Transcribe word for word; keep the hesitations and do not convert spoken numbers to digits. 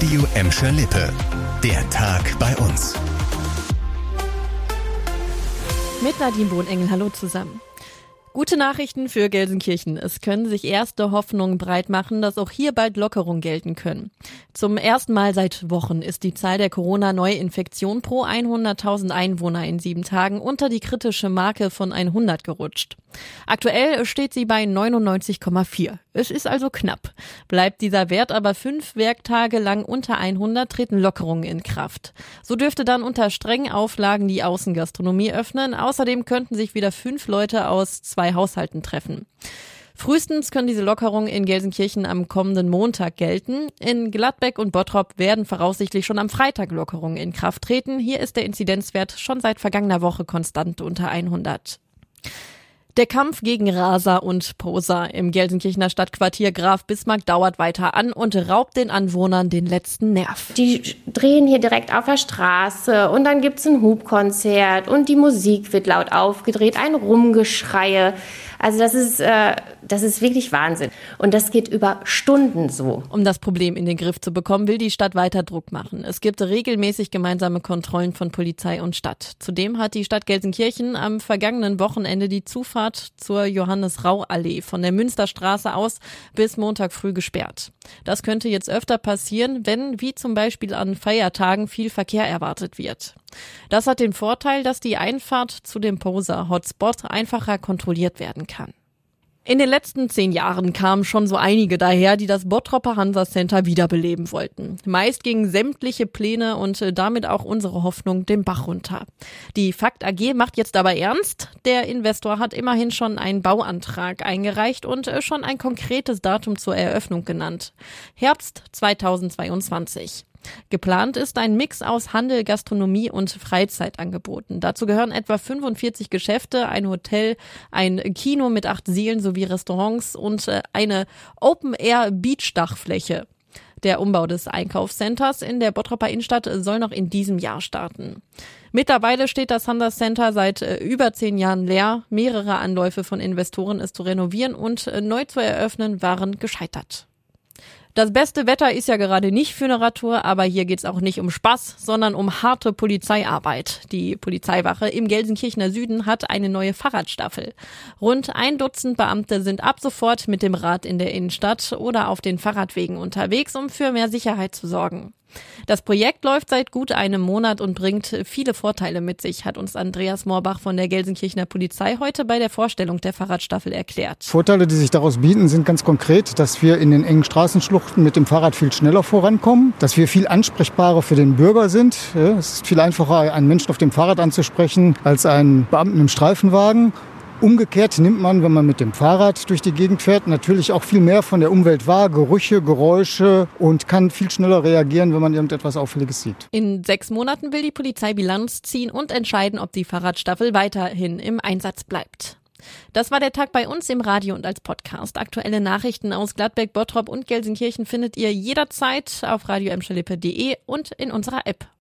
Radio Emscher Lippe. Der Tag bei uns. Mit Nadine Bohnengel, hallo zusammen. Gute Nachrichten für Gelsenkirchen. Es können sich erste Hoffnungen breit machen, dass auch hier bald Lockerungen gelten können. Zum ersten Mal seit Wochen ist die Zahl der Corona-Neuinfektionen pro hunderttausend Einwohner in sieben Tagen unter die kritische Marke von hundert gerutscht. Aktuell steht sie bei neunundneunzig Komma vier. Es ist also knapp. Bleibt dieser Wert aber fünf Werktage lang unter hundert, treten Lockerungen in Kraft. So dürfte dann unter strengen Auflagen die Außengastronomie öffnen. Außerdem könnten sich wieder fünf Leute aus zwei Haushalten treffen. Frühestens können diese Lockerungen in Gelsenkirchen am kommenden Montag gelten. In Gladbeck und Bottrop werden voraussichtlich schon am Freitag Lockerungen in Kraft treten. Hier ist der Inzidenzwert schon seit vergangener Woche konstant unter hundert. Der Kampf gegen Raser und Poser im Gelsenkirchener Stadtquartier Graf Bismarck dauert weiter an und raubt den Anwohnern den letzten Nerv. Die drehen hier direkt auf der Straße und dann gibt's ein Hubkonzert und die Musik wird laut aufgedreht, ein Rumgeschreie. Also das ist, äh, das ist wirklich Wahnsinn. Und das geht über Stunden so. Um das Problem in den Griff zu bekommen, will die Stadt weiter Druck machen. Es gibt regelmäßig gemeinsame Kontrollen von Polizei und Stadt. Zudem hat die Stadt Gelsenkirchen am vergangenen Wochenende die Zufahrt zur Johannes-Rau-Allee von der Münsterstraße aus bis Montag früh gesperrt. Das könnte jetzt öfter passieren, wenn, wie zum Beispiel an Feiertagen, viel Verkehr erwartet wird. Das hat den Vorteil, dass die Einfahrt zu dem Poser-Hotspot einfacher kontrolliert werden kann. In den letzten zehn Jahren kamen schon so einige daher, die das Bottroper Hansa Center wiederbeleben wollten. Meist gingen sämtliche Pläne und damit auch unsere Hoffnung den Bach runter. Die Fakt A G macht jetzt aber ernst. Der Investor hat immerhin schon einen Bauantrag eingereicht und schon ein konkretes Datum zur Eröffnung genannt. Herbst zweitausendzweiundzwanzig. Geplant ist ein Mix aus Handel, Gastronomie und Freizeitangeboten. Dazu gehören etwa fünfundvierzig Geschäfte, ein Hotel, ein Kino mit acht Sälen sowie Restaurants und eine Open-Air-Beach-Dachfläche. Der Umbau des Einkaufscenters in der Bottroper Innenstadt soll noch in diesem Jahr starten. Mittlerweile steht das Hansa Center seit über zehn Jahren leer. Mehrere Anläufe von Investoren, es zu renovieren und neu zu eröffnen, waren gescheitert. Das beste Wetter ist ja gerade nicht für eine Radtour, aber hier geht's auch nicht um Spaß, sondern um harte Polizeiarbeit. Die Polizeiwache im Gelsenkirchener Süden hat eine neue Fahrradstaffel. Rund ein Dutzend Beamte sind ab sofort mit dem Rad in der Innenstadt oder auf den Fahrradwegen unterwegs, um für mehr Sicherheit zu sorgen. Das Projekt läuft seit gut einem Monat und bringt viele Vorteile mit sich, hat uns Andreas Moorbach von der Gelsenkirchener Polizei heute bei der Vorstellung der Fahrradstaffel erklärt. Vorteile, die sich daraus bieten, sind ganz konkret, dass wir in den engen Straßenschluchten mit dem Fahrrad viel schneller vorankommen, dass wir viel ansprechbarer für den Bürger sind. Es ist viel einfacher, einen Menschen auf dem Fahrrad anzusprechen, als einen Beamten im Streifenwagen. Umgekehrt nimmt man, wenn man mit dem Fahrrad durch die Gegend fährt, natürlich auch viel mehr von der Umwelt wahr, Gerüche, Geräusche und kann viel schneller reagieren, wenn man irgendetwas Auffälliges sieht. In sechs Monaten will die Polizei Bilanz ziehen und entscheiden, ob die Fahrradstaffel weiterhin im Einsatz bleibt. Das war der Tag bei uns im Radio und als Podcast. Aktuelle Nachrichten aus Gladbeck, Bottrop und Gelsenkirchen findet ihr jederzeit auf radio emscher lippe punkt de und in unserer App.